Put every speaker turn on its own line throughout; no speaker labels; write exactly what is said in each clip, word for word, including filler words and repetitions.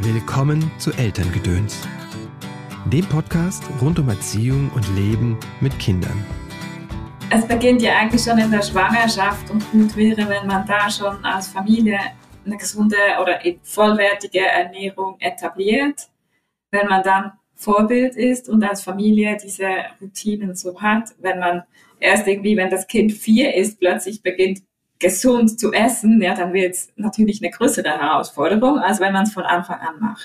Willkommen zu Elterngedöns, dem Podcast rund um Erziehung und Leben mit Kindern.
Es beginnt ja eigentlich schon in der Schwangerschaft und gut wäre, wenn man da schon als Familie eine gesunde oder vollwertige Ernährung etabliert, wenn man dann Vorbild ist und als Familie diese Routinen so hat, wenn man erst irgendwie, wenn das Kind vier ist, plötzlich beginnt gesund zu essen, ja, dann wird es natürlich eine größere Herausforderung, als wenn man es von Anfang an macht.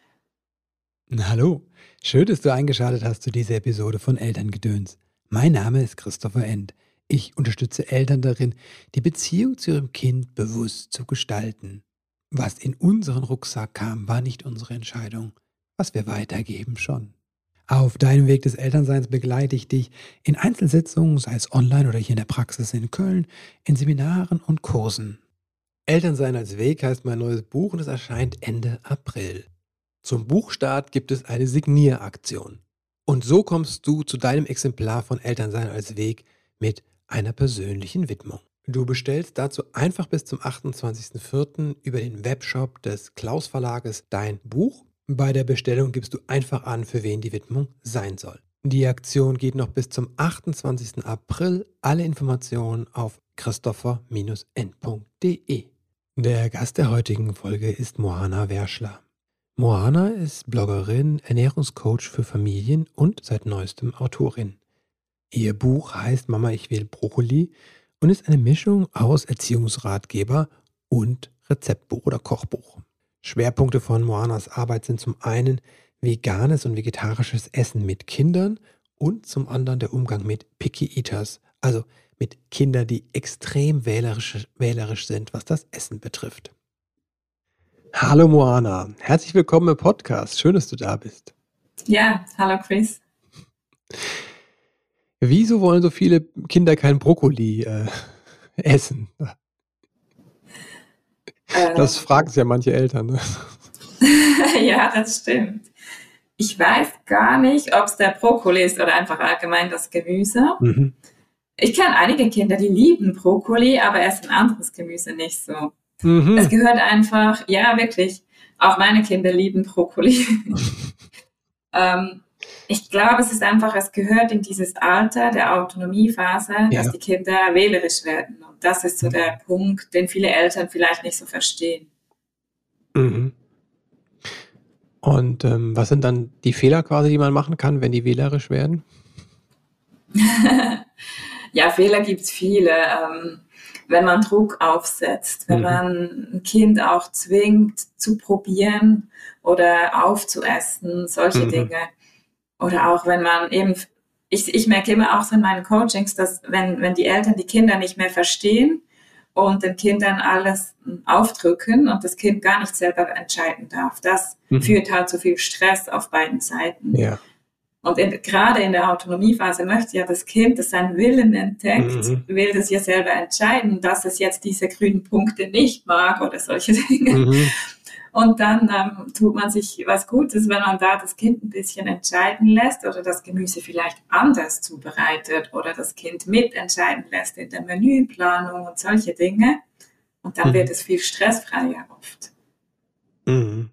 Hallo, schön, dass du eingeschaltet hast zu dieser Episode von Elterngedöns. Mein Name ist Christopher End. Ich unterstütze Eltern darin, die Beziehung zu ihrem Kind bewusst zu gestalten. Was in unseren Rucksack kam, war nicht unsere Entscheidung. Was wir weitergeben, schon. Auf deinem Weg des Elternseins begleite ich dich in Einzelsitzungen, sei es online oder hier in der Praxis in Köln, in Seminaren und Kursen. Elternsein als Weg heißt mein neues Buch und es erscheint Ende April. Zum Buchstart gibt es eine Signieraktion. Und so kommst du zu deinem Exemplar von Elternsein als Weg mit einer persönlichen Widmung. Du bestellst dazu einfach bis zum achtundzwanzigsten vierten über den Webshop des Klaus Verlages dein Buch. Bei der Bestellung gibst du einfach an, für wen die Widmung sein soll. Die Aktion geht noch bis zum achtundzwanzigsten April. Alle Informationen auf christopher Bindestrich end punkt de. Der Gast der heutigen Folge ist Moana Werschler. Moana ist Bloggerin, Ernährungscoach für Familien und seit neuestem Autorin. Ihr Buch heißt Mama, ich will Brokkoli und ist eine Mischung aus Erziehungsratgeber und Rezeptbuch oder Kochbuch. Schwerpunkte von Moanas Arbeit sind zum einen veganes und vegetarisches Essen mit Kindern und zum anderen der Umgang mit Picky Eaters, also mit Kindern, die extrem wählerisch, wählerisch sind, was das Essen betrifft. Hallo Moana, herzlich willkommen im Podcast. Schön, dass du da bist.
Ja, hallo Chris.
Wieso wollen so viele Kinder kein Brokkoli äh, essen? Das fragen ja manche Eltern. Ne?
Ja, das stimmt. Ich weiß gar nicht, ob es der Brokkoli ist oder einfach allgemein das Gemüse. Mhm. Ich kenne einige Kinder, die lieben Brokkoli, aber essen anderes Gemüse nicht so. Mhm. Es gehört einfach, ja wirklich, auch meine Kinder lieben Brokkoli. ähm, ich glaube, es ist einfach, es gehört in dieses Alter der Autonomiephase, ja, dass die Kinder wählerisch werden. Und das ist so der Punkt, den viele Eltern vielleicht nicht so verstehen.
Mhm. Und ähm, was sind dann die Fehler quasi, die man machen kann, wenn die wählerisch werden?
Ja, Fehler gibt es viele. Ähm, wenn man Druck aufsetzt, wenn mhm. man ein Kind auch zwingt zu probieren oder aufzuessen, solche mhm. Dinge. Oder auch wenn man eben, ich, ich merke immer auch so in meinen Coachings, dass wenn, wenn die Eltern die Kinder nicht mehr verstehen und den Kindern alles aufdrücken und das Kind gar nicht selber entscheiden darf, das mhm. führt halt zu viel Stress auf beiden Seiten. Ja. Und in, gerade in der Autonomiephase möchte ja das Kind, das seinen Willen entdeckt, mhm. will das ja selber entscheiden, dass es jetzt diese grünen Punkte nicht mag oder solche Dinge. Mhm. Und dann ähm, tut man sich was Gutes, wenn man da das Kind ein bisschen entscheiden lässt oder das Gemüse vielleicht anders zubereitet oder das Kind mitentscheiden lässt in der Menüplanung und solche Dinge. Und dann mhm. wird es viel stressfreier oft.
Mhm.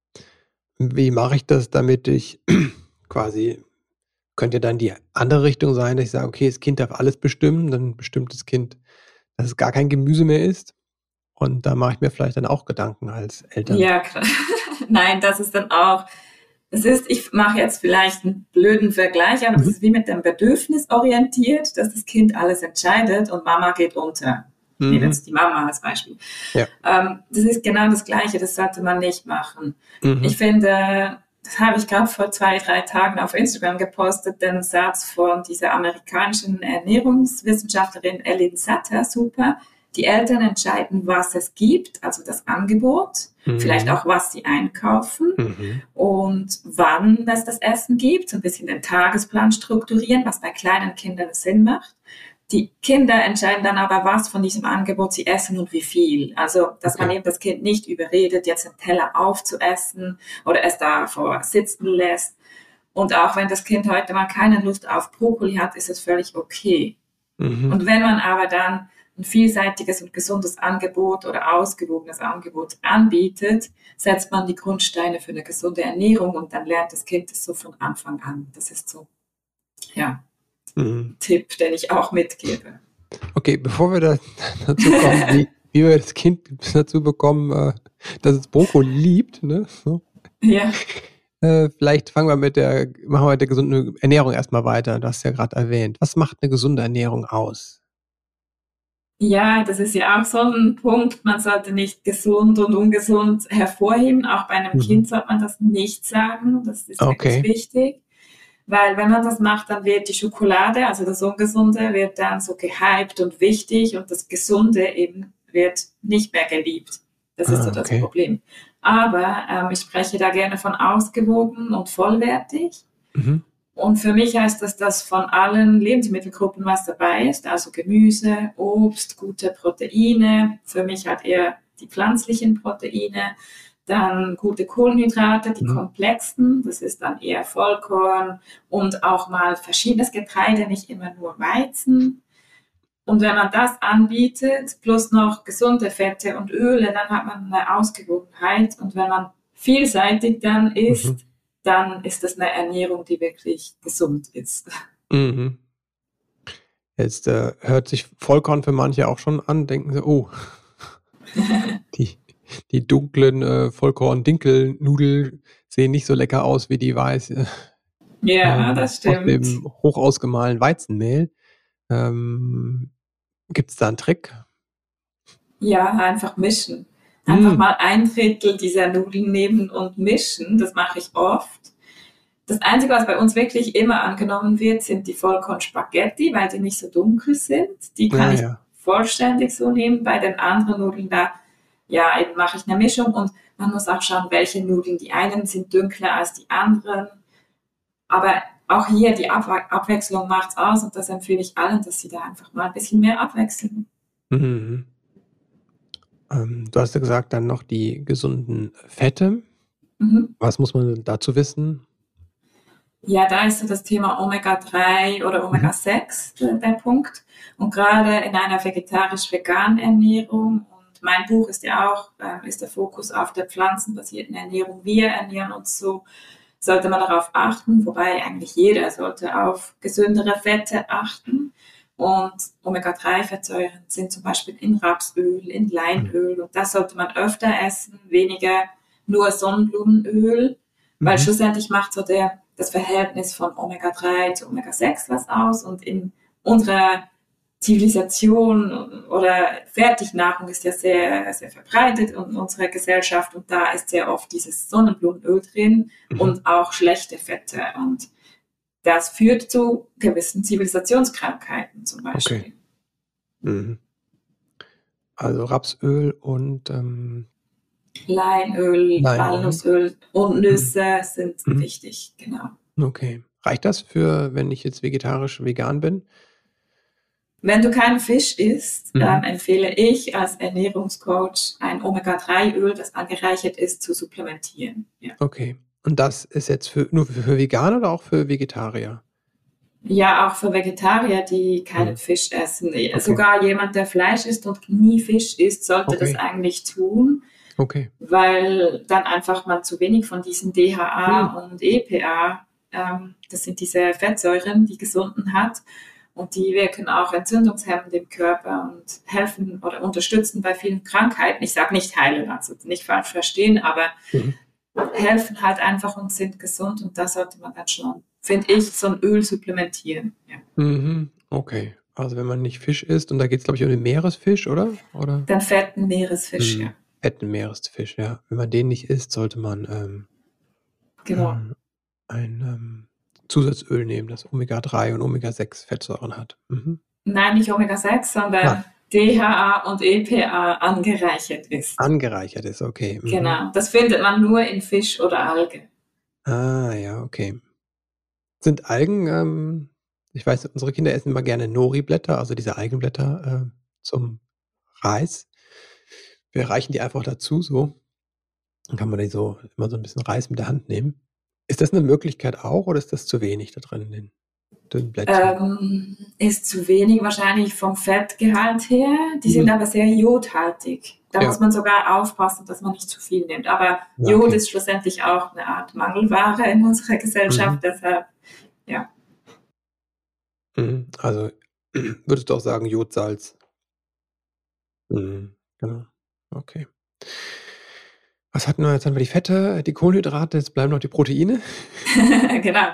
Wie mache ich das, damit ich quasi, könnte dann die andere Richtung sein, dass ich sage, okay, das Kind darf alles bestimmen, dann bestimmt das Kind, dass es gar kein Gemüse mehr isst. Und da mache ich mir vielleicht dann auch Gedanken als Eltern.
Ja, klar. Nein, das ist dann auch, das ist, ich mache jetzt vielleicht einen blöden Vergleich, aber mhm. das ist wie mit dem Bedürfnis orientiert, dass das Kind alles entscheidet und Mama geht unter. Ich nehme jetzt die Mama als Beispiel. Ja. Ähm, das ist genau das Gleiche, das sollte man nicht machen. Mhm. Ich finde, das habe ich gerade vor zwei, drei Tagen auf Instagram gepostet, den Satz von dieser amerikanischen Ernährungswissenschaftlerin Ellen Satter, super. Die Eltern entscheiden, was es gibt, also das Angebot, mhm. vielleicht auch, was sie einkaufen mhm. und wann es das Essen gibt, so ein bisschen den Tagesplan strukturieren, was bei kleinen Kindern Sinn macht. Die Kinder entscheiden dann aber, was von diesem Angebot sie essen und wie viel. Also, dass okay. man eben das Kind nicht überredet, jetzt einen Teller aufzuessen oder es davor sitzen lässt. Und auch wenn das Kind heute mal keine Lust auf Brokkoli hat, ist es völlig okay. Mhm. Und wenn man aber dann ein vielseitiges und gesundes Angebot oder ausgewogenes Angebot anbietet, setzt man die Grundsteine für eine gesunde Ernährung und dann lernt das Kind das so von Anfang an. Das ist so, ja,
Mhm.
ein Tipp, den ich auch mitgebe.
Okay, bevor wir da, dazu kommen, wie, wie wir das Kind dazu bekommen, äh, dass es Brokkoli liebt, ne? So.
Ja.
Äh, vielleicht fangen wir mit der, machen wir mit der gesunden Ernährung erstmal weiter. Du hast ja gerade erwähnt. Was macht eine gesunde Ernährung aus?
Ja, das ist ja auch so ein Punkt. Man sollte nicht gesund und ungesund hervorheben. Auch bei einem
Mhm.
Kind sollte man das nicht sagen. Das ist
Okay.
wirklich wichtig. Weil wenn man das macht, dann wird die Schokolade, also das Ungesunde, wird dann so gehypt und wichtig und das Gesunde eben wird nicht mehr geliebt. Das ist
Ah,
so das
okay.
Problem. Aber ähm, ich spreche da gerne von ausgewogen und vollwertig.
Mhm.
Und für mich heißt das, dass von allen Lebensmittelgruppen was dabei ist, also Gemüse, Obst, gute Proteine. Für mich halt eher die pflanzlichen Proteine. Dann gute Kohlenhydrate, die
Mhm.
komplexen, das ist dann eher Vollkorn und auch mal verschiedenes Getreide, nicht immer nur Weizen. Und wenn man das anbietet, plus noch gesunde Fette und Öle, dann hat man eine Ausgewogenheit. Und wenn man vielseitig dann isst,
Mhm.
dann ist das eine Ernährung, die wirklich gesund ist.
Mhm. Jetzt äh, hört sich Vollkorn für manche auch schon an, denken sie, oh, die, die dunklen äh, Vollkorn-Dinkelnudeln sehen nicht so lecker aus wie die weiß äh,
Ja,
ähm,
das
aus
stimmt.
dem hoch ausgemahlenen Weizenmehl. Ähm, Gibt es da einen Trick?
Ja, einfach mischen. Einfach
Mm.
mal ein Drittel dieser Nudeln nehmen und mischen. Das mache ich oft. Das Einzige, was bei uns wirklich immer angenommen wird, sind die Vollkorn-Spaghetti, weil die nicht so dunkel sind. Die kann
Ah,
ich
ja.
vollständig so nehmen. Bei den anderen Nudeln, da ja, eben mache ich eine Mischung und man muss auch schauen, welche Nudeln. Die einen sind dunkler als die anderen. Aber auch hier, die Ab- Abwechslung macht's aus und das empfehle ich allen, dass sie da einfach mal ein bisschen mehr abwechseln.
Mhm. Ähm, du hast ja gesagt, dann noch die gesunden Fette.
Mhm.
Was muss man dazu wissen?
Ja, da ist so das Thema Omega drei oder Omega sechs der, der Punkt. Und gerade in einer vegetarisch-veganen Ernährung, und mein Buch ist ja auch, äh, ist der Fokus auf der pflanzenbasierten Ernährung. Wir ernähren uns so, sollte man darauf achten, wobei eigentlich jeder sollte auf gesündere Fette achten. Und Omega drei Fettsäuren sind zum Beispiel in Rapsöl, in Leinöl. Und das sollte man öfter essen, weniger nur Sonnenblumenöl. Weil
Mhm.
schlussendlich macht so der, das Verhältnis von Omega drei zu Omega sechs was aus. Und in unserer Zivilisation oder Fertignahrung ist ja sehr, sehr verbreitet in unserer Gesellschaft. Und da ist sehr oft dieses Sonnenblumenöl drin
Mhm.
und auch schlechte Fette. Und das führt zu gewissen Zivilisationskrankheiten zum Beispiel.
Okay. Mhm. Also Rapsöl und ähm,
Leinöl,
Leinöl.
Walnussöl und Nüsse sind
Mhm.
wichtig, genau.
Okay. Reicht das für, wenn ich jetzt vegetarisch vegan bin?
Wenn du keinen Fisch isst,
Mhm.
dann empfehle ich als Ernährungscoach ein Omega drei Öl, das angereichert ist, zu supplementieren. Ja,
Okay. Und das ist jetzt für, nur für, für Veganer oder auch für Vegetarier?
ja auch für Vegetarier, die keinen
Mhm.
Fisch essen.
Okay.
Sogar jemand, der Fleisch isst und nie Fisch isst, sollte das
Okay.
eigentlich tun,
Okay.
weil dann einfach man zu wenig von diesen D H A
Mhm.
und E P A, ähm, das sind diese Fettsäuren, die gesunden hat. Und die wirken auch entzündungshemmend im Körper und helfen oder unterstützen bei vielen Krankheiten. Ich sage nicht heilen, also nicht falsch verstehen, aber
Mhm.
helfen halt einfach und sind gesund. Und da sollte man dann schon, finde ich, so ein Öl supplementieren. Ja.
Mhm. Okay. Also wenn man nicht Fisch isst, und da geht es, glaube ich, um den Meeresfisch, oder? Oder?
Dann fetten Meeresfisch,
Mhm.
ja.
Fetten Meeresfisch, ja. Wenn man den nicht isst, sollte man ähm,
Genau.
ähm, ein ähm, Zusatzöl nehmen, das Omega drei und Omega sechs Fettsäuren hat. Mhm.
Nein, nicht Omega sechs, sondern
Ah,
D H A und E P A angereichert ist.
angereichert ist, okay. Mhm.
Genau. Das findet man nur in Fisch oder Alge.
Ah, ja, okay. Sind Algen, ähm, ich weiß, unsere Kinder essen immer gerne Nori-Blätter, also diese Algenblätter äh, zum Reis. Wir reichen die einfach dazu, so. Dann kann man die so immer so ein bisschen Reis mit der Hand nehmen. Ist das eine Möglichkeit auch oder ist das zu wenig da drin? Dünnblättchen.
Ähm, ist zu wenig wahrscheinlich vom Fettgehalt her. Die sind
Mhm.
aber sehr jodhaltig. Da
Ja.
muss man sogar aufpassen, dass man nicht zu viel nimmt. Aber
Ja,
Jod
okay.
ist schlussendlich auch eine Art Mangelware in unserer Gesellschaft.
Mhm.
Deshalb, ja.
Mhm. Also würdest du auch sagen Jodsalz? Mhm. Genau. Okay. Was hatten wir jetzt? Haben wir die Fette, die Kohlenhydrate, jetzt bleiben noch die Proteine.
Genau.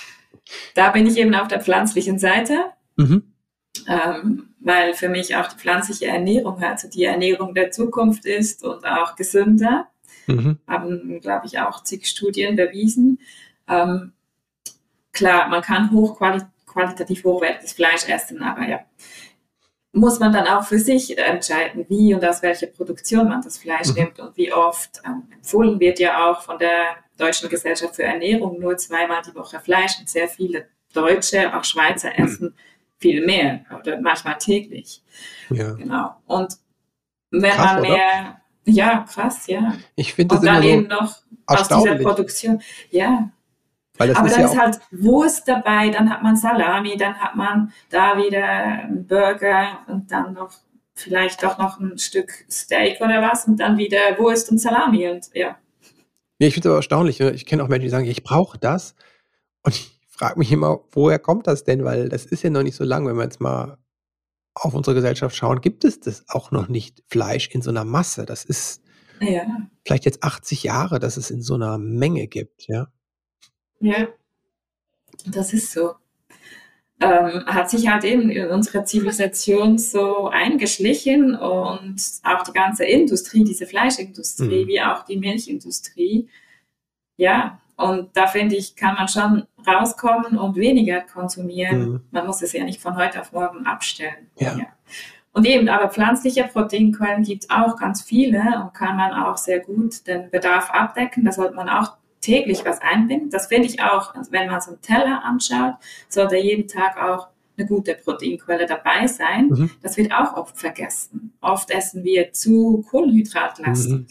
Da bin ich eben auf der pflanzlichen Seite,
Mhm.
ähm, weil für mich auch die pflanzliche Ernährung, also die Ernährung der Zukunft ist und auch gesünder.
Mhm.
Haben, glaube ich, auch zig Studien bewiesen. Ähm, klar, man kann hochqualitativ hochwertiges Fleisch essen, aber ja, muss man dann auch für sich entscheiden, wie und aus welcher Produktion man das Fleisch
Mhm.
nimmt und wie oft. Ähm, empfohlen wird ja auch von der Deutschen Gesellschaft für Ernährung nur zweimal die Woche Fleisch und sehr viele Deutsche, auch Schweizer, essen viel mehr oder manchmal täglich.
Ja.
Genau. Und wenn
Krass,
man
oder?
mehr, ja, krass, ja.
Ich finde das
Und dann
immer so
eben noch aus dieser
erstaunlich,
Produktion, ja.
weil das
Aber
ist
dann
ja
ist
auch,
halt Wurst dabei, dann hat man Salami, dann hat man da wieder einen Burger und dann noch vielleicht doch noch ein Stück Steak oder was und dann wieder Wurst und Salami und ja.
ja, ich finde es aber erstaunlich. ne? Ich kenne auch Menschen, die sagen, ich brauche das. Und ich frage mich immer, woher kommt das denn? Weil das ist ja noch nicht so lang, wenn wir jetzt mal auf unsere Gesellschaft schauen, gibt es das auch noch nicht, Fleisch in so einer Masse. Das ist
Ja,
vielleicht jetzt achtzig Jahre, dass es in so einer Menge gibt, ja.
ja, das ist so. Ähm, hat sich halt eben in unserer Zivilisation so eingeschlichen und auch die ganze Industrie, diese Fleischindustrie,
Mhm.
wie auch die Milchindustrie. Ja, und da finde ich, kann man schon rauskommen und weniger konsumieren.
Mhm.
Man muss es ja nicht von heute auf morgen abstellen.
Ja.
Ja. Und eben, aber pflanzliche Proteinquellen gibt es auch ganz viele und kann man auch sehr gut den Bedarf abdecken. Da sollte man auch täglich was einbinden. Das finde ich auch, also wenn man so einen Teller anschaut, sollte jeden Tag auch eine gute Proteinquelle dabei sein.
Mhm.
Das wird auch oft vergessen. Oft essen wir zu kohlenhydratlastig.
Mhm.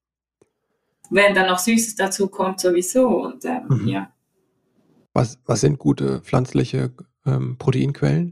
Wenn dann noch Süßes dazu kommt, sowieso. Und ähm,
Mhm.
ja,
Was, was sind gute pflanzliche ähm, Proteinquellen?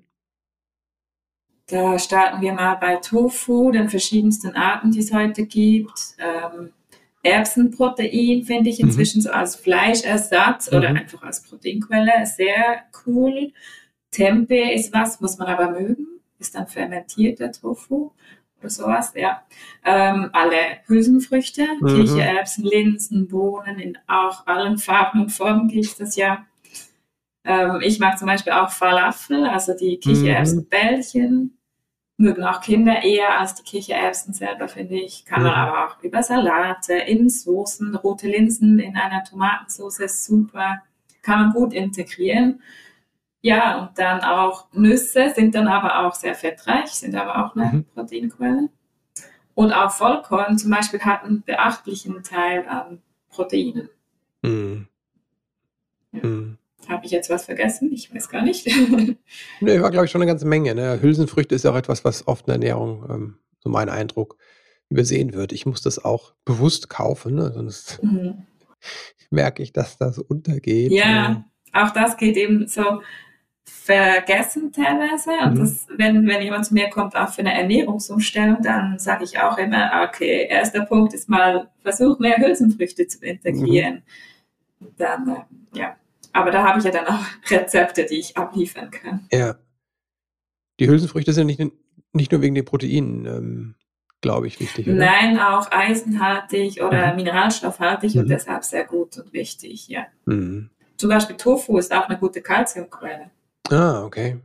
da starten wir mal bei Tofu, den verschiedensten Arten, die es heute gibt. Ähm, Erbsenprotein finde ich
Mhm.
inzwischen so als Fleischersatz oder
Mhm.
einfach als Proteinquelle sehr cool. Tempeh ist was, muss man aber mögen. Ist dann fermentierter Tofu oder sowas, ja. Ähm, alle Hülsenfrüchte,
Mhm.
Kichererbsen, Linsen, Bohnen, in auch allen Farben und Formen gibt es das ja. Ähm, ich mag zum Beispiel auch Falafel, also die
Mhm.
Kichererbsenbällchen. Mögen auch Kinder eher als die Kichererbsen selber, finde ich. Kann man
Mhm.
aber auch über Salate, in Soßen, rote Linsen in einer Tomatensauce ist super. Kann man gut integrieren. Ja, und dann auch Nüsse sind dann aber auch sehr fettreich, sind aber auch eine
Mhm.
Proteinquelle. Und auch Vollkorn zum Beispiel hat einen beachtlichen Teil an Proteinen.
Mhm.
Ja.
Mhm.
Habe ich jetzt was vergessen? Ich weiß gar nicht.
Nee, war, glaube ich, schon eine ganze Menge. Ne? Hülsenfrüchte ist ja auch etwas, was oft in der Ernährung, ähm, so mein Eindruck, übersehen wird. Ich muss das auch bewusst kaufen, ne? Sonst
Mhm.
merke ich, dass das untergeht. Äh,
Ja, auch das geht eben so vergessen teilweise. Und
Mhm.
das, wenn, wenn jemand zu mir kommt, auch für eine Ernährungsumstellung, dann sage ich auch immer, okay, erster Punkt ist mal, versuch mehr Hülsenfrüchte zu
Mhm.
integrieren. Dann, äh, ja. Aber da habe ich ja dann auch Rezepte, die ich abliefern kann.
Ja. Die Hülsenfrüchte sind nicht, nicht nur wegen den Proteinen, ähm, glaube ich, wichtig, oder?
Nein, auch eisenhaltig oder
Mhm.
mineralstoffhaltig und
Mhm.
deshalb sehr gut und wichtig, ja.
Mhm.
Zum Beispiel Tofu ist auch eine gute Kalziumquelle.
Ah, okay.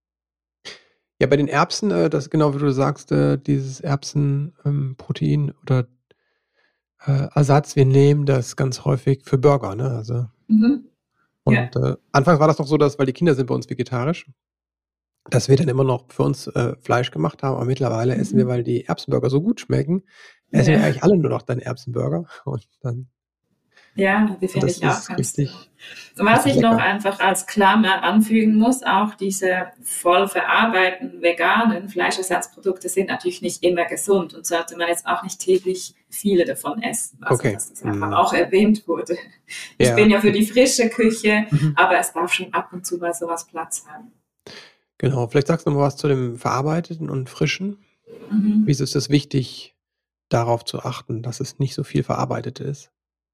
Ja, bei den Erbsen, äh, das genau wie du sagst, äh, dieses Erbsenprotein ähm, Protein oder äh, Ersatz, wir nehmen das ganz häufig für Burger, ne? Also,
Mhm. Ja.
und äh, anfangs war das noch so, dass, weil die Kinder sind bei uns vegetarisch, dass wir dann immer noch für uns äh, Fleisch gemacht haben, aber mittlerweile essen wir,
Mhm.
weil die Erbsenburger so gut schmecken, essen wir
Ja.
eigentlich alle nur noch dann Erbsenburger und dann
Ja, die finde
Das
ich auch
ist
ganz toll.
richtig,
Und was
richtig
ich noch
lecker.
einfach als Klammer anfügen muss, auch diese voll verarbeiteten veganen Fleischersatzprodukte sind natürlich nicht immer gesund und sollte man jetzt auch nicht täglich viele davon essen. Also
Okay.
dass das einfach
Mhm.
auch erwähnt wurde. Ich
Ja.
bin ja für die frische Küche,
Mhm.
aber es darf schon ab und zu mal sowas Platz haben.
Genau. Vielleicht sagst du noch mal was zu dem Verarbeiteten und Frischen.
Mhm.
Wieso ist es wichtig, darauf zu achten, dass es nicht so viel verarbeitet ist?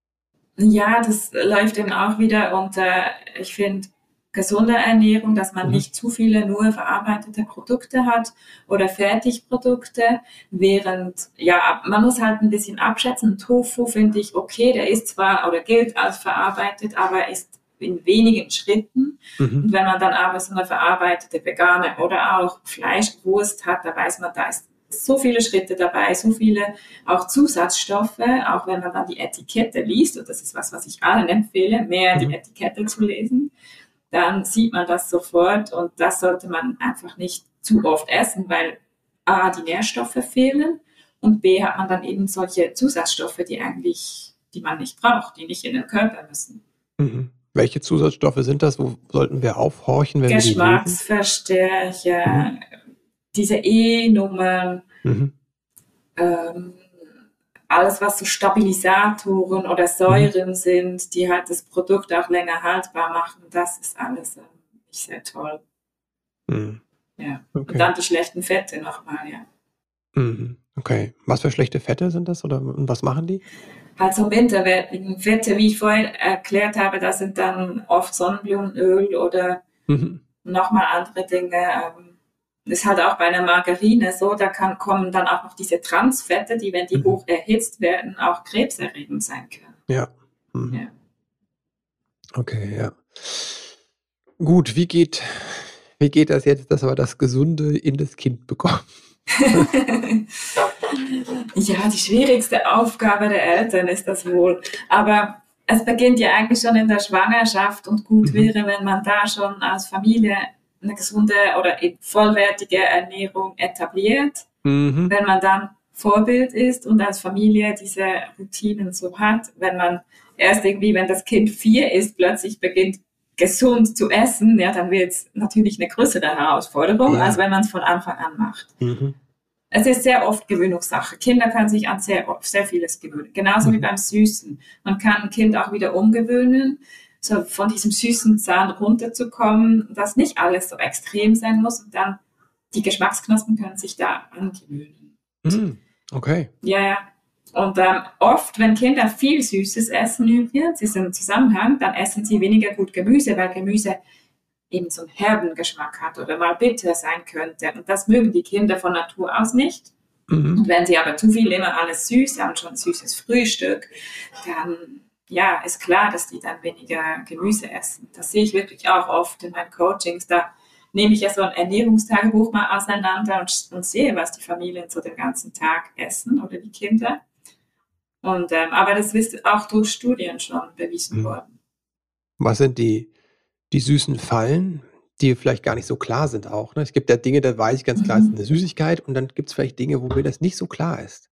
Ja, das läuft eben auch wieder unter, ich finde, gesunde Ernährung, dass man
Mhm.
nicht zu viele nur verarbeitete Produkte hat oder Fertigprodukte, während, ja, man muss halt ein bisschen abschätzen. Tofu finde ich okay, der ist zwar oder gilt als verarbeitet, aber ist in wenigen Schritten.
Mhm.
Und wenn man dann aber so eine verarbeitete vegane oder auch Fleischwurst hat, da weiß man, da ist so viele Schritte dabei, so viele auch Zusatzstoffe, auch wenn man dann die Etikette liest, und das ist was, was ich allen empfehle, mehr die
Mhm.
Etikette zu lesen, dann sieht man das sofort und das sollte man einfach nicht zu oft essen, weil A, die Nährstoffe fehlen und B, hat man dann eben solche Zusatzstoffe, die eigentlich, die man nicht braucht, die nicht in den Körper müssen.
Mhm. Welche Zusatzstoffe sind das? Wo sollten wir aufhorchen, wenn wir die lesen?
Geschmacksverstärker,
Mhm.
diese E-Nummern,
Mhm.
ähm, alles, was so Stabilisatoren oder
Mhm.
Säuren sind, die halt das Produkt auch länger haltbar machen, das ist alles ähm, nicht sehr toll.
Mhm.
Ja. Und
Okay.
dann die schlechten Fette nochmal, ja.
Mhm. Okay. Was für schlechte Fette sind das oder und was machen die?
Halt so minderwertigen Fette, wie ich vorhin erklärt habe, das sind dann oft Sonnenblumenöl oder
Mhm.
nochmal andere Dinge. Ähm, ist halt auch bei einer Margarine so, da kann, kommen dann auch noch diese Transfette, die, wenn die
Mhm.
hoch erhitzt werden, auch krebserregend sein können.
Ja. Mhm.
Ja.
Okay, ja. Gut, wie geht, wie geht das jetzt, dass wir das Gesunde in das Kind bekommen?
Ja, die schwierigste Aufgabe der Eltern ist das wohl. Aber es beginnt ja eigentlich schon in der Schwangerschaft und gut
Mhm.
wäre, wenn man da schon als Familie eine gesunde oder eben vollwertige Ernährung etabliert.
Mhm.
Wenn man dann Vorbild ist und als Familie diese Routinen so hat, wenn man erst irgendwie, wenn das Kind vier ist, plötzlich beginnt gesund zu essen, ja, dann wird es natürlich eine größere Herausforderung,
Ja.
als wenn man es von Anfang an macht.
Mhm.
Es ist sehr oft Gewöhnungssache. Kinder können sich an sehr, sehr vieles gewöhnen. Genauso wie
Mhm.
beim Süßen. Man kann ein Kind auch wieder umgewöhnen, so von diesem süßen Zahn runterzukommen, dass nicht alles so extrem sein muss und dann die Geschmacksknospen können sich da angewöhnen.
Mhm. Okay.
Ja, ja. Und ähm, oft, wenn Kinder viel Süßes essen übrigens, ist im Zusammenhang, dann essen sie weniger gut Gemüse, weil Gemüse eben so einen herben Geschmack hat oder mal bitter sein könnte. Und das mögen die Kinder von Natur aus nicht.
Mhm.
Und wenn sie aber zu viel immer alles süß haben, schon ein süßes Frühstück, dann ja, ist klar, dass die dann weniger Gemüse essen. Das sehe ich wirklich auch oft in meinen Coachings. Da nehme ich ja so ein Ernährungstagebuch mal auseinander und, und sehe, was die Familien so den ganzen Tag essen oder die Kinder. Und, ähm, aber das ist auch durch Studien schon bewiesen
Mhm.
worden.
Was sind die, die süßen Fallen, die vielleicht gar nicht so klar sind auch? Ne? Es gibt ja Dinge, da weiß ich ganz klar, es ist
Mhm.
eine Süßigkeit und dann gibt es vielleicht Dinge, wo mir das nicht so klar ist.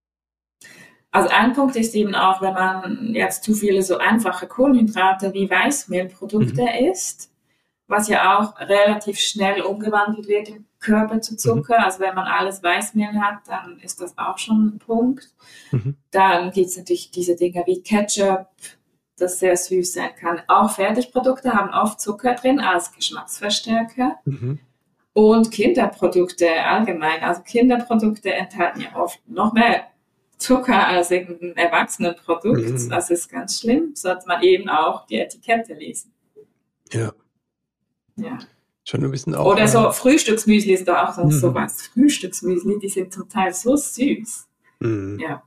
Also ein Punkt ist eben auch, wenn man jetzt zu viele so einfache Kohlenhydrate wie Weißmehlprodukte
Mhm.
isst, was ja auch relativ schnell umgewandelt wird im Körper zu
Mhm.
Zucker. Also wenn man alles Weißmehl hat, dann ist das auch schon ein Punkt.
Mhm.
Dann gibt es natürlich diese Dinge wie Ketchup, das sehr süß sein kann. Auch Fertigprodukte haben oft Zucker drin als Geschmacksverstärker.
Mhm.
Und Kinderprodukte allgemein. Also Kinderprodukte enthalten ja oft noch mehr Zucker als irgendein Erwachsenenprodukt.
Mhm.
Das ist ganz schlimm. Sollte man eben auch die Etikette lesen.
Ja,
Ja.
schon ein bisschen auch.
Oder
Äh,
so Frühstücksmüsli ist doch auch so
Mhm.
sowas. Frühstücksmüsli, die sind zum Teil so süß.
mhm.
Ja.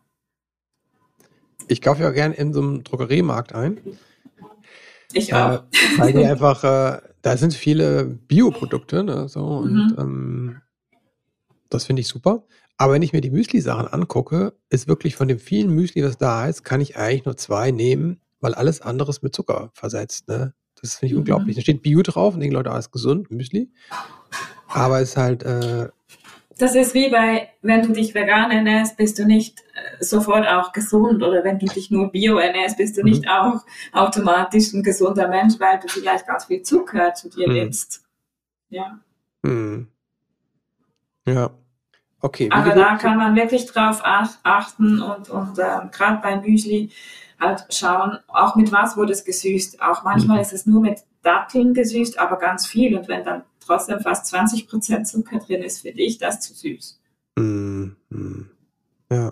Ich kaufe ja gerne in so einem Drogeriemarkt ein,
Ich
äh,
auch.
weil die einfach, äh, da sind viele Bioprodukte, ne, so, und
Mhm.
ähm, das finde ich super. Aber wenn ich mir die Müsli-Sachen angucke, ist wirklich von dem vielen Müsli, was da ist, kann ich eigentlich nur zwei nehmen, weil alles andere ist mit Zucker versetzt. Ne? Das finde ich
Mhm.
unglaublich. Da steht Bio drauf und denken Leute, alles gesund, Müsli. Aber es ist halt, äh,
Das ist wie bei, wenn du dich vegan ernährst, bist du nicht äh, sofort auch gesund. Oder wenn du dich nur bio ernährst, bist du
Mhm.
nicht auch automatisch ein gesunder Mensch, weil du vielleicht ganz viel Zucker zu dir
Mhm.
nimmst. Ja.
Mhm. Ja. Okay, wie
Aber
gewöhnt-
da kann man wirklich drauf ach- achten und, und ähm, gerade beim Müsli halt schauen, auch mit was wurde es gesüßt. Auch manchmal
Mhm.
ist es nur mit Datteln gesüßt, aber ganz viel. Und wenn dann trotzdem fast zwanzig Prozent Zucker drin ist, finde ich das zu süß.
Mhm. Mhm. Ja.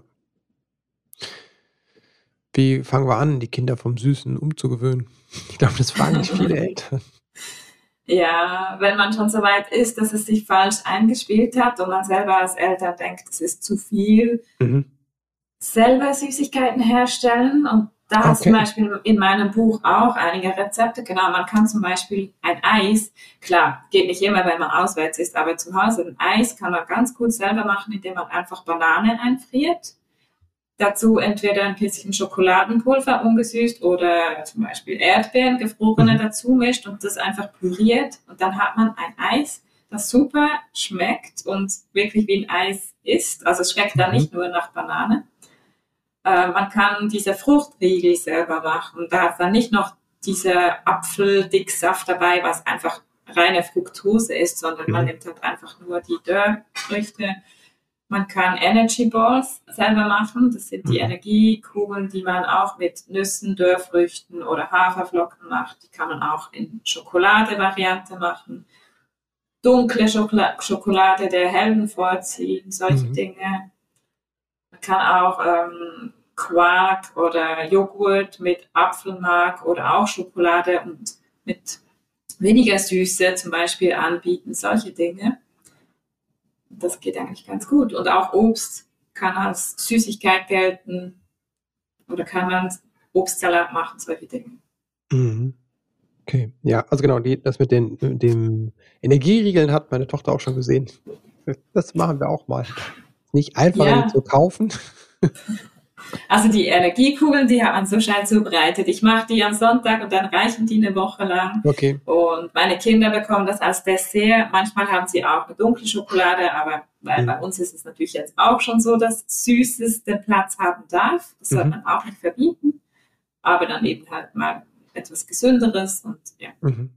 Wie fangen wir an, die Kinder vom Süßen umzugewöhnen? Ich glaube, das fragen nicht viele Eltern.
Ja, wenn man schon so weit ist, dass es sich falsch eingespielt hat und man selber als Eltern denkt, es ist zu viel,
Mhm.
selber Süßigkeiten herstellen. Und da hast
Okay.
zum Beispiel in meinem Buch auch einige Rezepte. Genau, man kann zum Beispiel ein Eis, klar, geht nicht immer, wenn man auswärts ist, aber zu Hause ein Eis kann man ganz gut selber machen, indem man einfach Banane einfriert. Dazu entweder ein bisschen Schokoladenpulver ungesüßt oder zum Beispiel Erdbeeren, gefrorene
Mhm.
dazu mischt und das einfach püriert. Und dann hat man ein Eis, das super schmeckt und wirklich wie ein Eis ist. Also es schmeckt dann
Mhm.
nicht nur nach Banane. Äh, man kann diese Fruchtriegel selber machen. Da ist dann nicht noch dieser Apfeldicksaft dabei, was einfach reine Fructose ist, sondern man
Mhm.
nimmt halt einfach nur die Dörrfrüchte. Man kann Energy Balls selber machen. Das sind die
Mhm.
Energiekugeln, die man auch mit Nüssen, Dörrfrüchten oder Haferflocken macht. Die kann man auch in Schokolade-Variante machen. Dunkle Schokola- Schokolade der hellen vorziehen, solche
Mhm.
Dinge. Man kann auch ähm, Quark oder Joghurt mit Apfelmark oder auch Schokolade und mit weniger Süße zum Beispiel anbieten, solche Dinge. Das geht eigentlich ganz gut. Und auch Obst kann als Süßigkeit gelten oder kann man Obstsalat machen, solche Dinge.
Mhm. Okay, ja, also genau, die, das mit den mit dem Energieriegeln hat meine Tochter auch schon gesehen. Das machen wir auch mal. Nicht einfacher, die
Ja,
zu kaufen.
also die Energiekugeln, die hat man so schnell zubereitet. Ich mache die am Sonntag und dann reichen die eine Woche lang.
Okay.
Und meine Kinder bekommen das als Dessert. Manchmal haben sie auch eine dunkle Schokolade, aber weil
Mhm.
bei uns ist es natürlich jetzt auch schon so, dass Süßes den Platz haben darf. Das sollte
Mhm.
man auch nicht verbieten. Aber dann eben halt mal etwas Gesünderes und ja.
Mhm.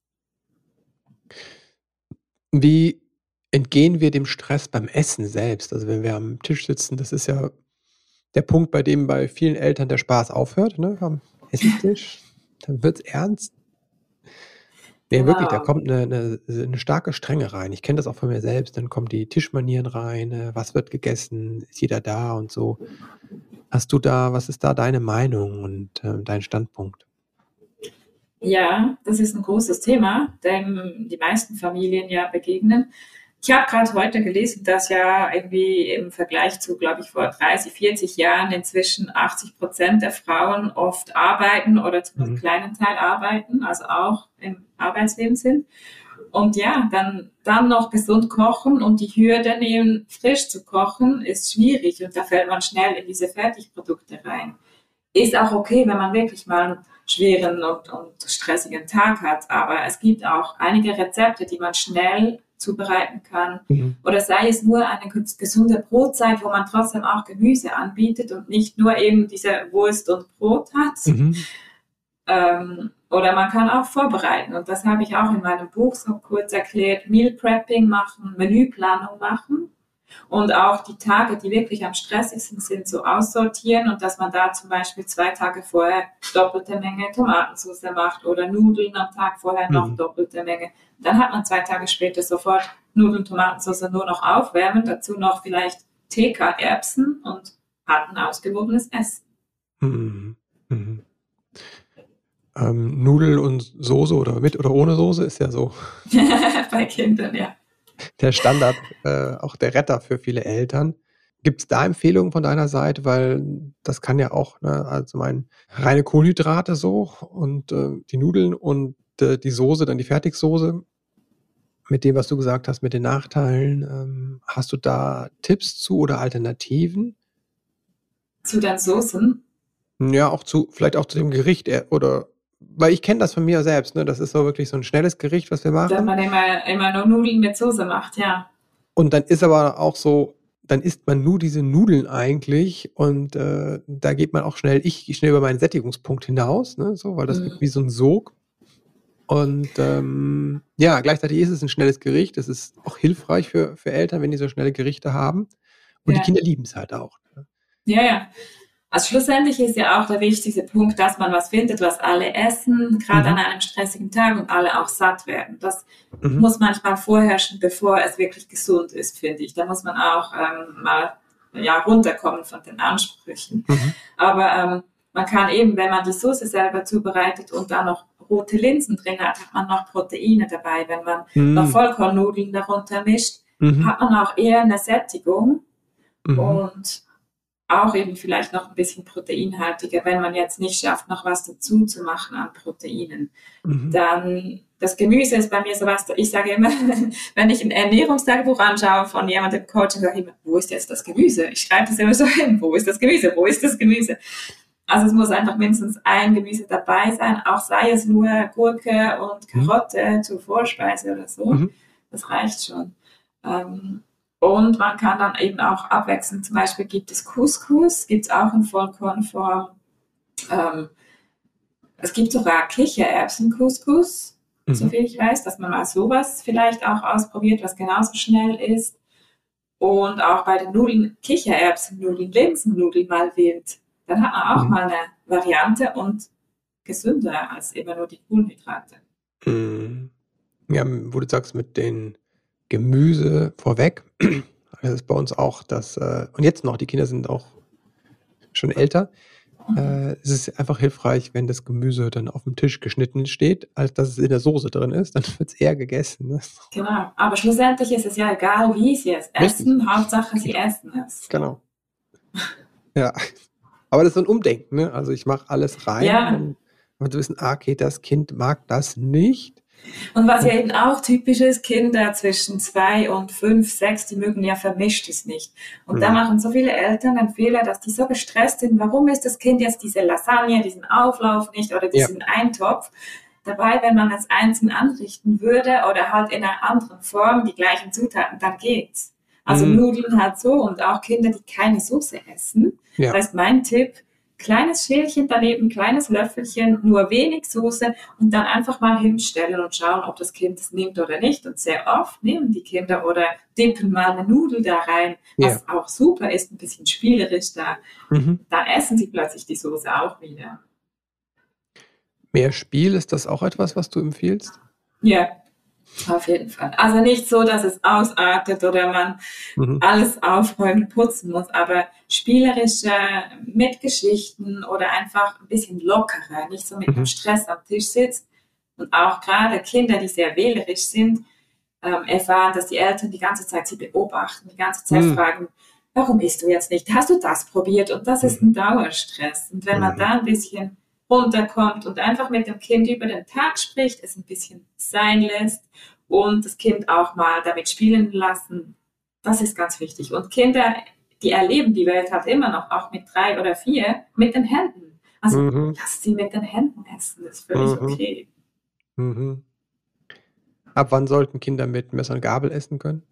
Wie entgehen wir dem Stress beim Essen selbst? Also wenn wir am Tisch sitzen, das ist ja der Punkt, bei dem bei vielen Eltern der Spaß aufhört, ne? Am Essenstisch. Dann wird's ernst. Nee, wirklich, da
Genau.
kommt eine, eine, eine starke Strenge rein. Ich kenne das auch von mir selbst. Dann kommen die Tischmanieren rein. äh, Was wird gegessen? Ist jeder da und so? Hast du da, was ist da deine Meinung und äh, dein Standpunkt?
Ja, das ist ein großes Thema, dem die meisten Familien ja begegnen. Ich habe gerade heute gelesen, dass ja irgendwie im Vergleich zu, glaube ich, vor dreißig, vierzig Jahren inzwischen achtzig Prozent der Frauen oft arbeiten oder zu einem
Mhm.
kleinen Teil arbeiten, also auch im Arbeitsleben sind. Und ja, dann, dann noch gesund kochen und die Hürde nehmen, frisch zu kochen, ist schwierig und da fällt man schnell in diese Fertigprodukte rein. Ist auch okay, wenn man wirklich mal einen schweren und, und stressigen Tag hat, aber es gibt auch einige Rezepte, die man schnell zubereiten kann.
Mhm.
Oder sei es nur eine gesunde Brotzeit, wo man trotzdem auch Gemüse anbietet und nicht nur eben diese Wurst und Brot hat.
Mhm.
Ähm, oder man kann auch vorbereiten. Und das habe ich auch in meinem Buch so kurz erklärt. Meal Prepping machen, Menüplanung machen. Und auch die Tage, die wirklich am stressigsten sind, so aussortieren und dass man da zum Beispiel zwei Tage vorher doppelte Menge Tomatensauce macht oder Nudeln am Tag vorher noch
Mhm.
doppelte Menge. Dann hat man zwei Tage später sofort Nudeln, Tomatensauce nur noch aufwärmen, dazu noch vielleicht T K-Erbsen und hat ein ausgewogenes Essen.
Mhm. Mhm. Ähm, Nudel und Soße oder mit oder ohne Soße ist ja so
Bei Kindern, ja.
der Standard, äh, auch der Retter für viele Eltern. Gibt es da Empfehlungen von deiner Seite? Weil das kann ja auch, ne, also mein reine Kohlenhydrate so und äh, die Nudeln und äh, die Soße, dann die Fertigsoße. Mit dem, was du gesagt hast, mit den Nachteilen, ähm, hast du da Tipps zu oder Alternativen?
Zu den Soßen.
Ja, auch zu, vielleicht auch zu dem Gericht äh, oder, weil ich kenne das von mir selbst, ne? Das ist so wirklich so ein schnelles Gericht, was wir
Dass
machen.
man immer, immer nur Nudeln mit Soße macht, ja.
Und dann ist aber auch so, dann isst man nur diese Nudeln eigentlich und äh, da geht man auch schnell, ich gehe schnell über meinen Sättigungspunkt hinaus, ne, so, weil das
Mhm.
wirkt wie so ein Sog. Und ähm, ja, gleichzeitig ist es ein schnelles Gericht. Das ist auch hilfreich für, für Eltern, wenn die so schnelle Gerichte haben. Und die
Ja.
Kinder lieben es halt auch. Ne?
Ja, ja. Also schlussendlich ist ja auch der wichtigste Punkt, dass man was findet, was alle essen, gerade
Mhm.
an einem stressigen Tag und alle auch satt werden. Das
Mhm.
muss manchmal vorherrschen, bevor es wirklich gesund ist, finde ich. Da muss man auch ähm, mal ja, runterkommen von den Ansprüchen.
Mhm.
Aber ähm, man kann eben, wenn man die Soße selber zubereitet und da noch rote Linsen drin hat, hat man noch Proteine dabei. Wenn man noch
Mhm.
Vollkornnudeln darunter mischt,
Mhm.
hat man auch eher eine Sättigung
Mhm.
und auch eben vielleicht noch ein bisschen proteinhaltiger, wenn man jetzt nicht schafft, noch was dazu zu machen an Proteinen.
Mhm.
Dann, das Gemüse ist bei mir sowas, ich sage immer, wenn ich ein Ernährungstagebuch anschaue von jemandem im Coaching, sage ich immer, wo ist jetzt das Gemüse? Ich schreibe das immer so hin, wo ist das Gemüse? Wo ist das Gemüse? Also es muss einfach mindestens ein Gemüse dabei sein, auch sei es nur Gurke und Karotte zur Vorspeise oder so.
Mhm.
Das reicht schon. Ähm, und man kann dann eben auch abwechseln. Zum Beispiel gibt es Couscous, gibt es auch in Vollkornform. Ähm, es gibt sogar Kichererbsen-Couscous,
Mhm.
soviel ich weiß, dass man mal sowas vielleicht auch ausprobiert, was genauso schnell ist. Und auch bei den Nudeln, Kichererbsen-Nudeln, Linsennudeln mal wählt. Dann hat man auch
Mhm.
mal eine Variante und gesünder als immer nur die Kohlenhydrate.
Mhm. Ja, wo du sagst, mit den Gemüse vorweg, das ist bei uns auch das, äh, und jetzt noch, die Kinder sind auch schon älter,
Mhm.
äh, es ist einfach hilfreich, wenn das Gemüse dann auf dem Tisch geschnitten steht, als dass es in der Soße drin ist, dann wird es eher gegessen. Ne?
Genau, aber schlussendlich ist es ja egal, wie sie es
Richtig.
essen, Hauptsache sie essen es.
Genau. Ja, aber das ist so ein Umdenken, ne? Also ich mache alles rein,
Ja.
und, aber zu wissen, ah, okay, das Kind mag das nicht.
Und was ja eben auch typisch ist, Kinder zwischen zwei und fünf, sechs, die mögen ja Vermischtes nicht. Und
Mhm.
da machen so viele Eltern einen Fehler, dass die so gestresst sind, warum ist das Kind jetzt diese Lasagne, diesen Auflauf nicht oder diesen Eintopf? Dabei, wenn man es einzeln anrichten würde oder halt in einer anderen Form die gleichen Zutaten, dann geht's. Also
Mhm.
Nudeln halt so und auch Kinder, die keine Soße essen.
Ja.
Das heißt, mein Tipp, kleines Schälchen daneben, kleines Löffelchen, nur wenig Soße und dann einfach mal hinstellen und schauen, ob das Kind es nimmt oder nicht. Und sehr oft nehmen die Kinder oder dippen mal eine Nudel da rein, was auch super ist, ein bisschen spielerisch da.
Mhm.
Dann essen sie plötzlich die Soße auch wieder.
Mehr Spiel, ist das auch etwas, was du empfiehlst?
Ja, auf jeden Fall. Also nicht so, dass es ausartet oder man
Mhm.
alles aufräumen, putzen muss, aber spielerische mit Geschichten oder einfach ein bisschen lockerer, nicht so mit
Mhm.
dem Stress am Tisch sitzt. Und auch gerade Kinder, die sehr wählerisch sind, ähm, erfahren, dass die Eltern die ganze Zeit sie beobachten, die ganze Zeit
Mhm.
fragen, warum isst du jetzt nicht? Hast du das probiert? Und das ist ein Dauerstress. Und wenn man
Mhm.
da ein bisschen runterkommt und einfach mit dem Kind über den Tag spricht, es ein bisschen sein lässt und das Kind auch mal damit spielen lassen, das ist ganz wichtig. Und Kinder, die erleben die Welt halt immer noch, auch mit drei oder vier, mit den Händen. Also
Mhm.
lass sie mit den Händen essen, das ist völlig
Mhm.
okay.
Mhm. Ab wann sollten Kinder mit Messer und Gabel essen können?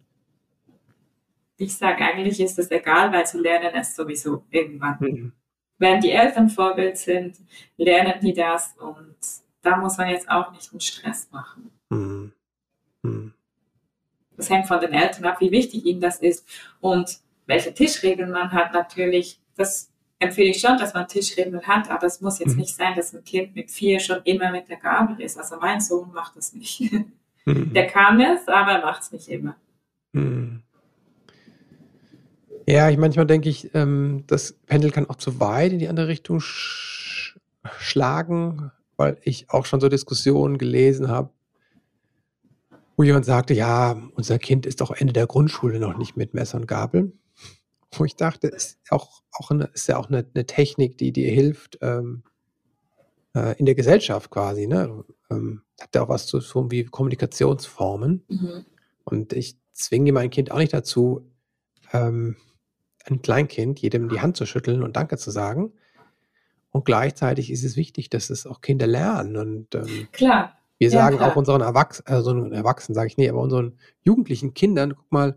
Ich sage, eigentlich ist es egal, weil sie lernen es sowieso irgendwann.
Mhm.
Wenn die Eltern Vorbild sind, lernen die das und da muss man jetzt auch nicht einen Stress machen.
Mhm. Mhm.
Das hängt von den Eltern ab, wie wichtig ihnen das ist und welche Tischregeln man hat natürlich. Das empfehle ich schon, dass man Tischregeln hat, aber es muss jetzt
Mhm.
nicht sein, dass ein Kind mit vier schon immer mit der Gabel ist. Also mein Sohn macht das nicht.
Mhm.
Der kann es, aber er macht es nicht immer.
Mhm. Ja, ich manchmal denke ich, ähm, das Pendel kann auch zu weit in die andere Richtung sch schlagen, weil ich auch schon so Diskussionen gelesen habe, wo jemand sagte, ja, unser Kind ist doch Ende der Grundschule noch nicht mit Messer und Gabel. Wo ich dachte, ist auch, auch eine, ist ja auch eine, eine Technik, die dir hilft ähm, äh, in der Gesellschaft quasi. Ne? Ähm, hat ja auch was zu tun wie Kommunikationsformen.
Mhm.
Und ich zwinge mein Kind auch nicht dazu, ähm, ein Kleinkind jedem die Hand zu schütteln und Danke zu sagen. Und gleichzeitig ist es wichtig, dass es auch Kinder lernen. Und ähm,
Klar.
wir
Ja,
sagen
klar.
auch unseren Erwachsenen, also Erwachsenen sage ich, nee, aber unseren jugendlichen Kindern, guck mal,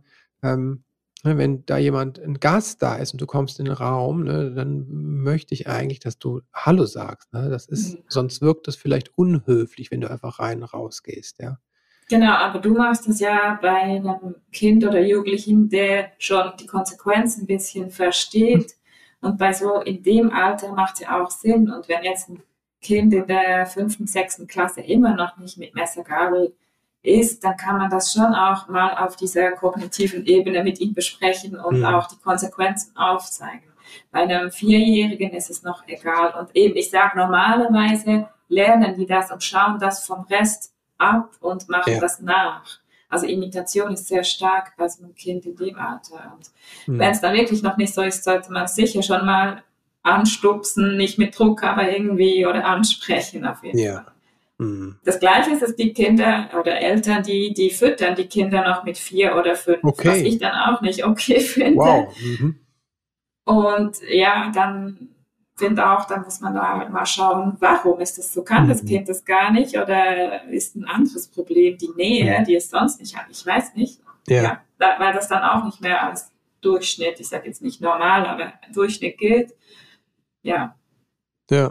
ähm, ne, wenn da jemand, ein Gast da ist und du kommst in den Raum, ne, dann möchte ich eigentlich, dass du Hallo sagst. Ne? Das ist,
Mhm.
sonst wirkt das vielleicht unhöflich, wenn du einfach rein und raus gehst, ja.
Genau, aber du machst das ja bei einem Kind oder Jugendlichen, der schon die Konsequenzen ein bisschen versteht. Und bei so in dem Alter macht es ja auch Sinn. Und wenn jetzt ein Kind in der fünften, sechsten Klasse immer noch nicht mit Messer-Gabel ist, dann kann man das schon auch mal auf dieser kognitiven Ebene mit ihm besprechen und
Mhm.
auch die Konsequenzen aufzeigen. Bei einem Vierjährigen ist es noch egal. Und eben, ich sage, normalerweise lernen die das und schauen das vom Rest ab und machen
Ja.
das nach. Also Imitation ist sehr stark bei so einem Kind in dem Alter. Und
Mhm.
wenn es dann wirklich noch nicht so ist, sollte man sicher schon mal anstupsen, nicht mit Druck, aber irgendwie oder ansprechen auf jeden
Ja.
Fall.
Mhm.
Das Gleiche ist es die Kinder oder Eltern, die, die füttern die Kinder noch mit vier oder fünf,
Okay.
was ich dann auch nicht okay finde.
Wow. Mhm.
Und ja, dann finde auch, dann muss man da mal schauen, warum ist das so? Kann das
Mhm.
Kind das gar nicht oder ist ein anderes Problem die Nähe,
Mhm.
die es sonst nicht hat? Ich weiß nicht.
Ja.
Ja, da, weil das dann auch nicht mehr als Durchschnitt, ich sage jetzt nicht normal, aber Durchschnitt gilt. Ja.
Ja.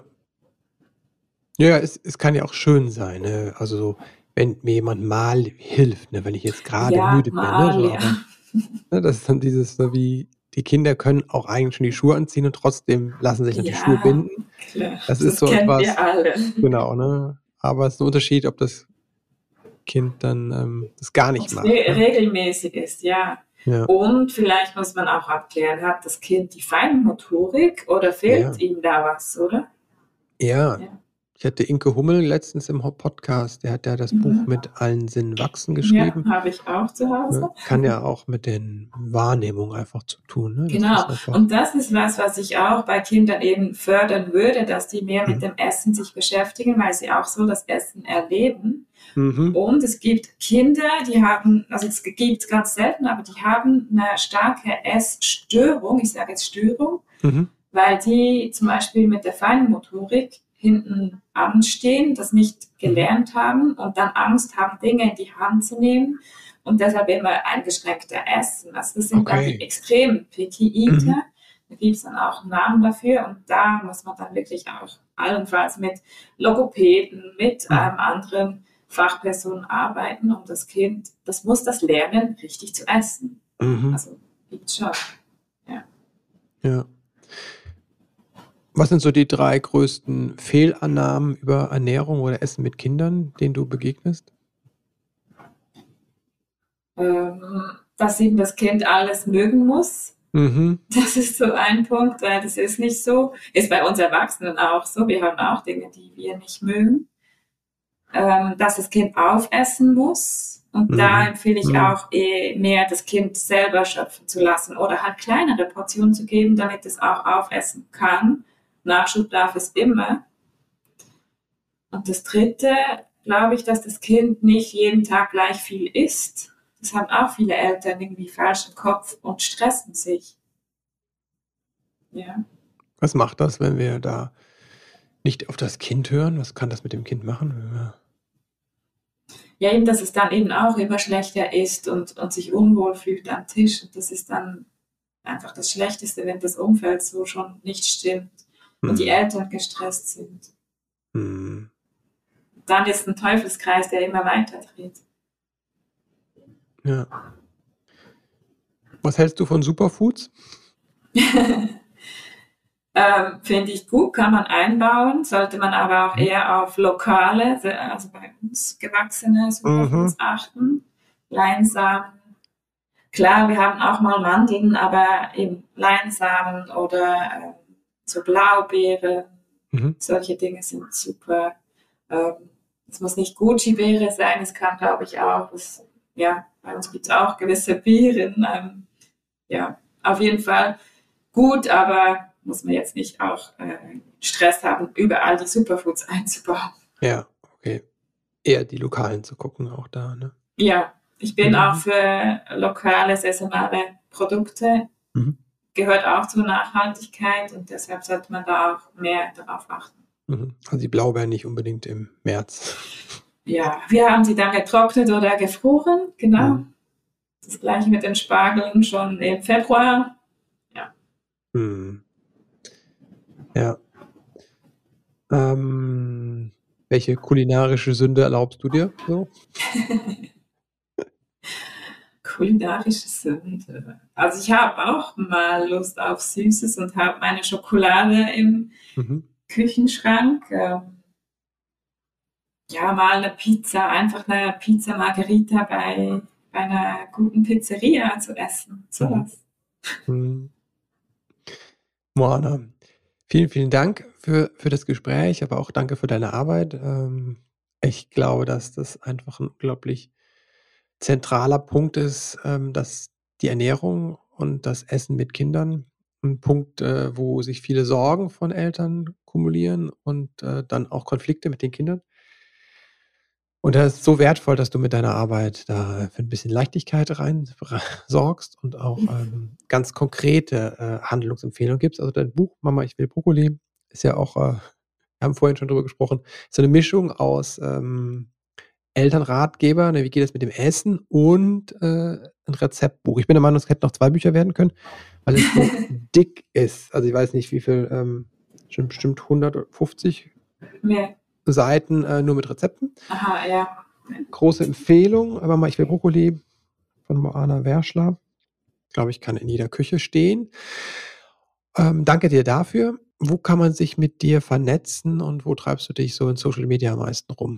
Ja, es, es kann ja auch schön sein, ne? Also so, wenn mir jemand mal hilft, ne? Wenn ich jetzt gerade
Ja,
müde bin, ne?
mal,
So,
ja.
aber ne, das ist dann dieses, so wie die Kinder können auch eigentlich schon die Schuhe anziehen und trotzdem lassen sich natürlich Schuhe
Ja,
binden.
klar.
Das ist
Das
so
kennen
etwas,
wir alle.
genau, ne? Aber es ist ein Unterschied, ob das Kind dann ähm, das gar
Ob
nicht
es
macht.
re
Ne?
regelmäßig ist, ja.
Ja.
Und vielleicht muss man auch abklären, hat das Kind die Feinmotorik oder fehlt
Ja.
ihm da was, oder?
Ja.
Ja.
Ich hatte Inke Hummel letztens im Ho- Podcast, der hat ja das Buch
Mhm.
mit allen Sinnen wachsen
Ja,
geschrieben.
habe ich auch zu Hause.
Ne? Kann ja auch mit den Wahrnehmungen einfach zu tun. Ne? Das
Genau.
ist einfach,
Und das ist was, was ich auch bei Kindern eben fördern würde, dass die mehr mit
mhm.
dem Essen sich beschäftigen, weil sie auch so das Essen erleben.
Mhm.
Und es gibt Kinder, die haben, also es gibt es ganz selten, aber die haben eine starke Essstörung, ich sage jetzt Störung,
Mhm.
weil die zum Beispiel mit der Feinmotorik hinten anstehen, das nicht gelernt haben und dann Angst haben, Dinge in die Hand zu nehmen und deshalb immer eingeschränkter essen. Also das sind dann die
Okay.
extremen Picky Eater.
Mhm.
Da gibt es dann auch einen Namen dafür und da muss man dann wirklich auch allenfalls mit Logopäden, mit
Mhm.
ähm, anderen Fachpersonen arbeiten, um das Kind, das muss das lernen, richtig zu essen.
Mhm.
Also gibt's schon.
Ja. Was sind so die drei größten Fehlannahmen über Ernährung oder Essen mit Kindern, denen du begegnest?
Ähm, dass eben das Kind alles mögen muss.
Mhm.
Das ist so ein Punkt, weil das ist nicht so. Ist bei uns Erwachsenen auch so. Wir haben auch Dinge, die wir nicht mögen. Ähm, dass das Kind aufessen muss. Und
Mhm.
da empfehle ich
Mhm.
auch eh mehr, das Kind selber schöpfen zu lassen oder halt kleinere Portionen zu geben, damit es auch aufessen kann. Nachschub darf es immer. Und das Dritte, glaube ich, dass das Kind nicht jeden Tag gleich viel isst. Das haben auch viele Eltern irgendwie falsch im Kopf und stressen sich. Ja.
Was macht das, wenn wir da nicht auf das Kind hören? Was kann das mit dem Kind machen? wenn wir-
Ja, eben, dass es dann eben auch immer schlechter isst und, und sich unwohl fühlt am Tisch. Und das ist dann einfach das Schlechteste, wenn das Umfeld so schon nicht stimmt und die
Hm.
Eltern gestresst sind.
Hm.
Dann ist ein Teufelskreis, der immer weiter dreht.
Ja. Was hältst du von Superfoods?
Ähm, Finde ich gut, kann man einbauen, sollte man aber auch
Mhm.
eher auf lokale, also bei uns gewachsene Superfoods
Mhm.
achten. Leinsamen. Klar, wir haben auch mal Mandeln, aber eben Leinsamen oder ähm, so Blaubeere,
Mhm.
solche Dinge sind super. Ähm, es muss nicht Gucci-Beere sein, es kann, glaube ich, auch, es, ja, bei uns gibt es auch gewisse Beeren. Ähm, ja, auf jeden Fall gut, aber muss man jetzt nicht auch äh, Stress haben, überall die Superfoods einzubauen.
Ja, okay. Eher die Lokalen zu gucken, auch da, ne?
Ja, ich bin
Mhm.
auch für lokale, saisonale Produkte,
Mhm.
gehört auch zur Nachhaltigkeit und deshalb sollte man da auch mehr darauf achten.
Mhm. Also die Blaubeeren nicht unbedingt im März.
Ja, wir haben sie dann getrocknet oder gefroren, genau.
Mhm.
das gleiche mit den Spargeln schon im Februar. Ja.
Hm. Ja. Ähm, welche kulinarische Sünde erlaubst du dir so?
Kulinarische Sünde. Also ich habe auch mal Lust auf Süßes und habe meine Schokolade im
Mhm.
Küchenschrank. Ähm, ja, mal eine Pizza, einfach eine Pizza Margherita bei, bei einer guten Pizzeria zu essen. Sowas.
Mhm. Moana, vielen, vielen Dank für, für das Gespräch, aber auch danke für deine Arbeit. Ähm, ich glaube, dass das einfach ein unglaublich zentraler Punkt ist, ähm, dass die Ernährung und das Essen mit Kindern ein Punkt, äh, wo sich viele Sorgen von Eltern kumulieren und äh, dann auch Konflikte mit den Kindern. Und das ist so wertvoll, dass du mit deiner Arbeit da für ein bisschen Leichtigkeit rein sorgst und auch ähm, ganz konkrete äh, Handlungsempfehlungen gibst. Also dein Buch Mama, ich will Brokkoli ist ja auch, äh, wir haben vorhin schon drüber gesprochen, so eine Mischung aus ähm, Elternratgeber, ne, wie geht es mit dem Essen und äh, ein Rezeptbuch. Ich bin der Meinung, es hätten noch zwei Bücher werden können, weil es so dick ist. Also ich weiß nicht, wie viel, ähm, schon bestimmt hundertfünfzig
Mehr.
Seiten äh, nur mit Rezepten.
Aha, ja.
Große Empfehlung, aber mal, ich will Brokkoli von Moana Werschler. Glaube ich, kann in jeder Küche stehen. Ähm, danke dir dafür. Wo kann man sich mit dir vernetzen und wo treibst du dich so in Social Media am meisten rum?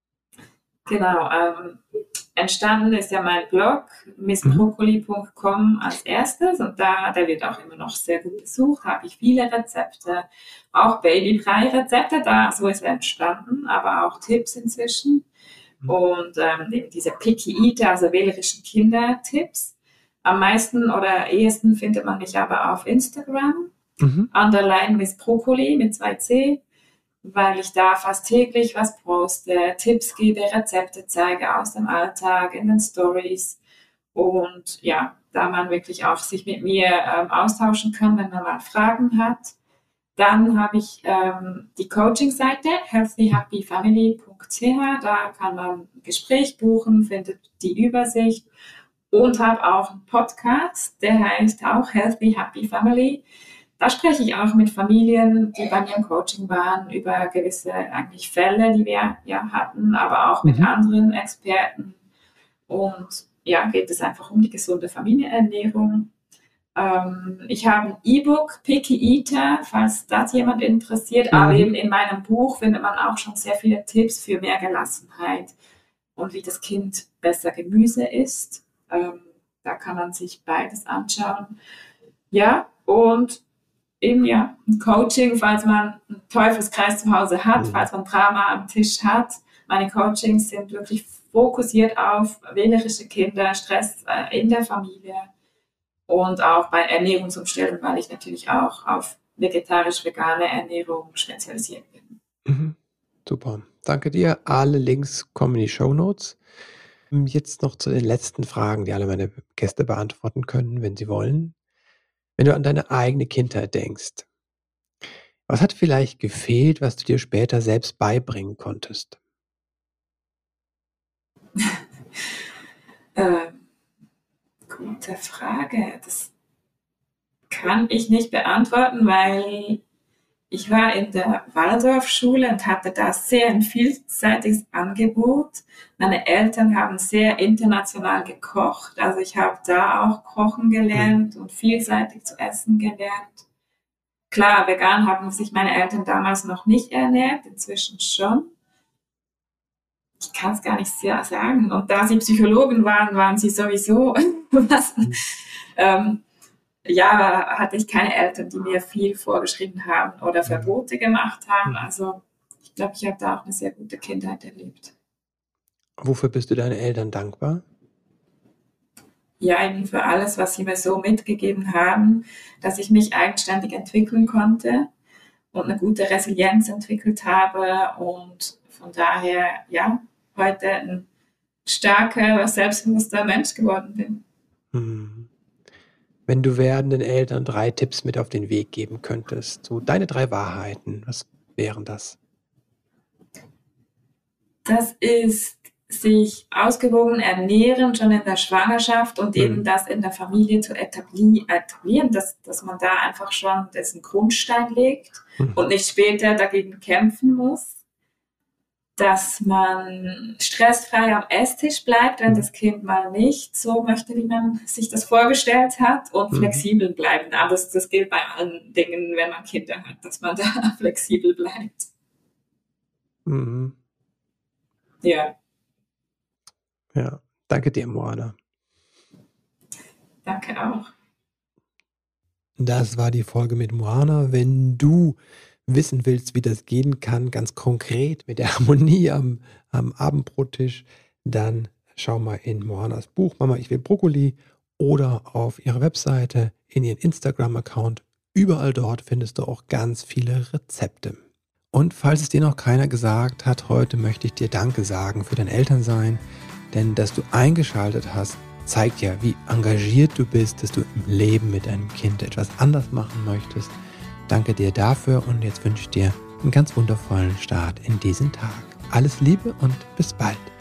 Genau. Ähm, entstanden ist ja mein Blog miss brokkoli punkt com als erstes und da, der wird auch immer noch sehr gut besucht, habe ich viele Rezepte, auch Babybrei-Rezepte, da, so ist er entstanden, aber auch Tipps inzwischen und ähm, eben diese Picky Eater, also wählerischen Kindertipps. Am meisten oder ehesten findet man mich aber auf Instagram,
Mhm.
underline miss brokkoli mit zwei C, weil ich da fast täglich was poste, Tipps gebe, Rezepte zeige aus dem Alltag, in den Stories und ja, da man wirklich auch sich mit mir ähm, austauschen kann, wenn man mal Fragen hat. Dann habe ich ähm, die Coaching-Seite healthy happy family punkt c h, da kann man ein Gespräch buchen, findet die Übersicht und habe auch einen Podcast, der heißt auch Healthy Happy Family. Da spreche ich auch mit Familien, die bei mir im Coaching waren, über gewisse eigentlich Fälle, die wir ja hatten, aber auch mit
Mhm.
anderen Experten. Und ja, geht es einfach um die gesunde Familienernährung. Ähm, ich habe ein E-Book, Picky Eater, falls das jemand interessiert.
Mhm.
Aber eben in meinem Buch findet man auch schon sehr viele Tipps für mehr Gelassenheit und wie das Kind besser Gemüse isst. Ähm, da kann man sich beides anschauen. Ja, und eben ja, ein Coaching, falls man einen Teufelskreis zu Hause hat,
Mhm.
falls man Drama am Tisch hat. Meine Coachings sind wirklich fokussiert auf wählerische Kinder, Stress äh, in der Familie und auch bei Ernährungsumstellung, weil ich natürlich auch auf vegetarisch-vegane Ernährung spezialisiert bin.
Mhm. Super. Danke dir. Alle Links kommen in die Shownotes. Jetzt noch zu den letzten Fragen, die alle meine Gäste beantworten können, wenn sie wollen. Wenn du an deine eigene Kindheit denkst, was hat vielleicht gefehlt, was du dir später selbst beibringen konntest?
Äh, gute Frage. Das kann ich nicht beantworten, weil ich war in der Waldorfschule und hatte da sehr ein vielseitiges Angebot. Meine Eltern haben sehr international gekocht, also ich habe da auch kochen gelernt und vielseitig zu essen gelernt. Klar, vegan haben sich meine Eltern damals noch nicht ernährt, inzwischen schon. Ich kann es gar nicht sehr sagen. Und da sie Psychologen waren, waren sie sowieso was. Ähm, ja, hatte ich keine Eltern, die mir viel vorgeschrieben haben oder Verbote gemacht haben. Also ich glaube, ich habe da auch eine sehr gute Kindheit erlebt.
Wofür bist du deinen Eltern dankbar?
Ja, eben für alles, was sie mir so mitgegeben haben, dass ich mich eigenständig entwickeln konnte und eine gute Resilienz entwickelt habe und von daher, ja, heute ein starker, selbstbewusster Mensch geworden bin.
Hm. Wenn du werdenden Eltern drei Tipps mit auf den Weg geben könntest, so deine drei Wahrheiten, was wären das?
Das ist sich ausgewogen ernähren, schon in der Schwangerschaft und mhm. eben das in der Familie zu etabli- etablieren, dass, dass man da einfach schon dessen Grundstein legt mhm. und nicht später dagegen kämpfen muss, dass man stressfrei am Esstisch bleibt, wenn mhm. das Kind mal nicht so möchte, wie man sich das vorgestellt hat und mhm. flexibel bleiben. Aber das, das gilt bei allen Dingen, wenn man Kinder hat, dass man da flexibel bleibt.
Mhm.
Ja.
Ja, danke dir, Moana.
Danke auch.
Das war die Folge mit Moana. Wenn du wissen willst, wie das gehen kann, ganz konkret mit der Harmonie am, am Abendbrottisch, dann schau mal in Moanas Buch Mama, ich will Brokkoli oder auf ihrer Webseite, in ihren Instagram-Account. Überall dort findest du auch ganz viele Rezepte. Und falls es dir noch keiner gesagt hat, heute möchte ich dir Danke sagen für dein Elternsein, denn dass du eingeschaltet hast, zeigt ja, wie engagiert du bist, dass du im Leben mit deinem Kind etwas anders machen möchtest. Danke dir dafür und jetzt wünsche ich dir einen ganz wundervollen Start in diesen Tag. Alles Liebe und bis bald.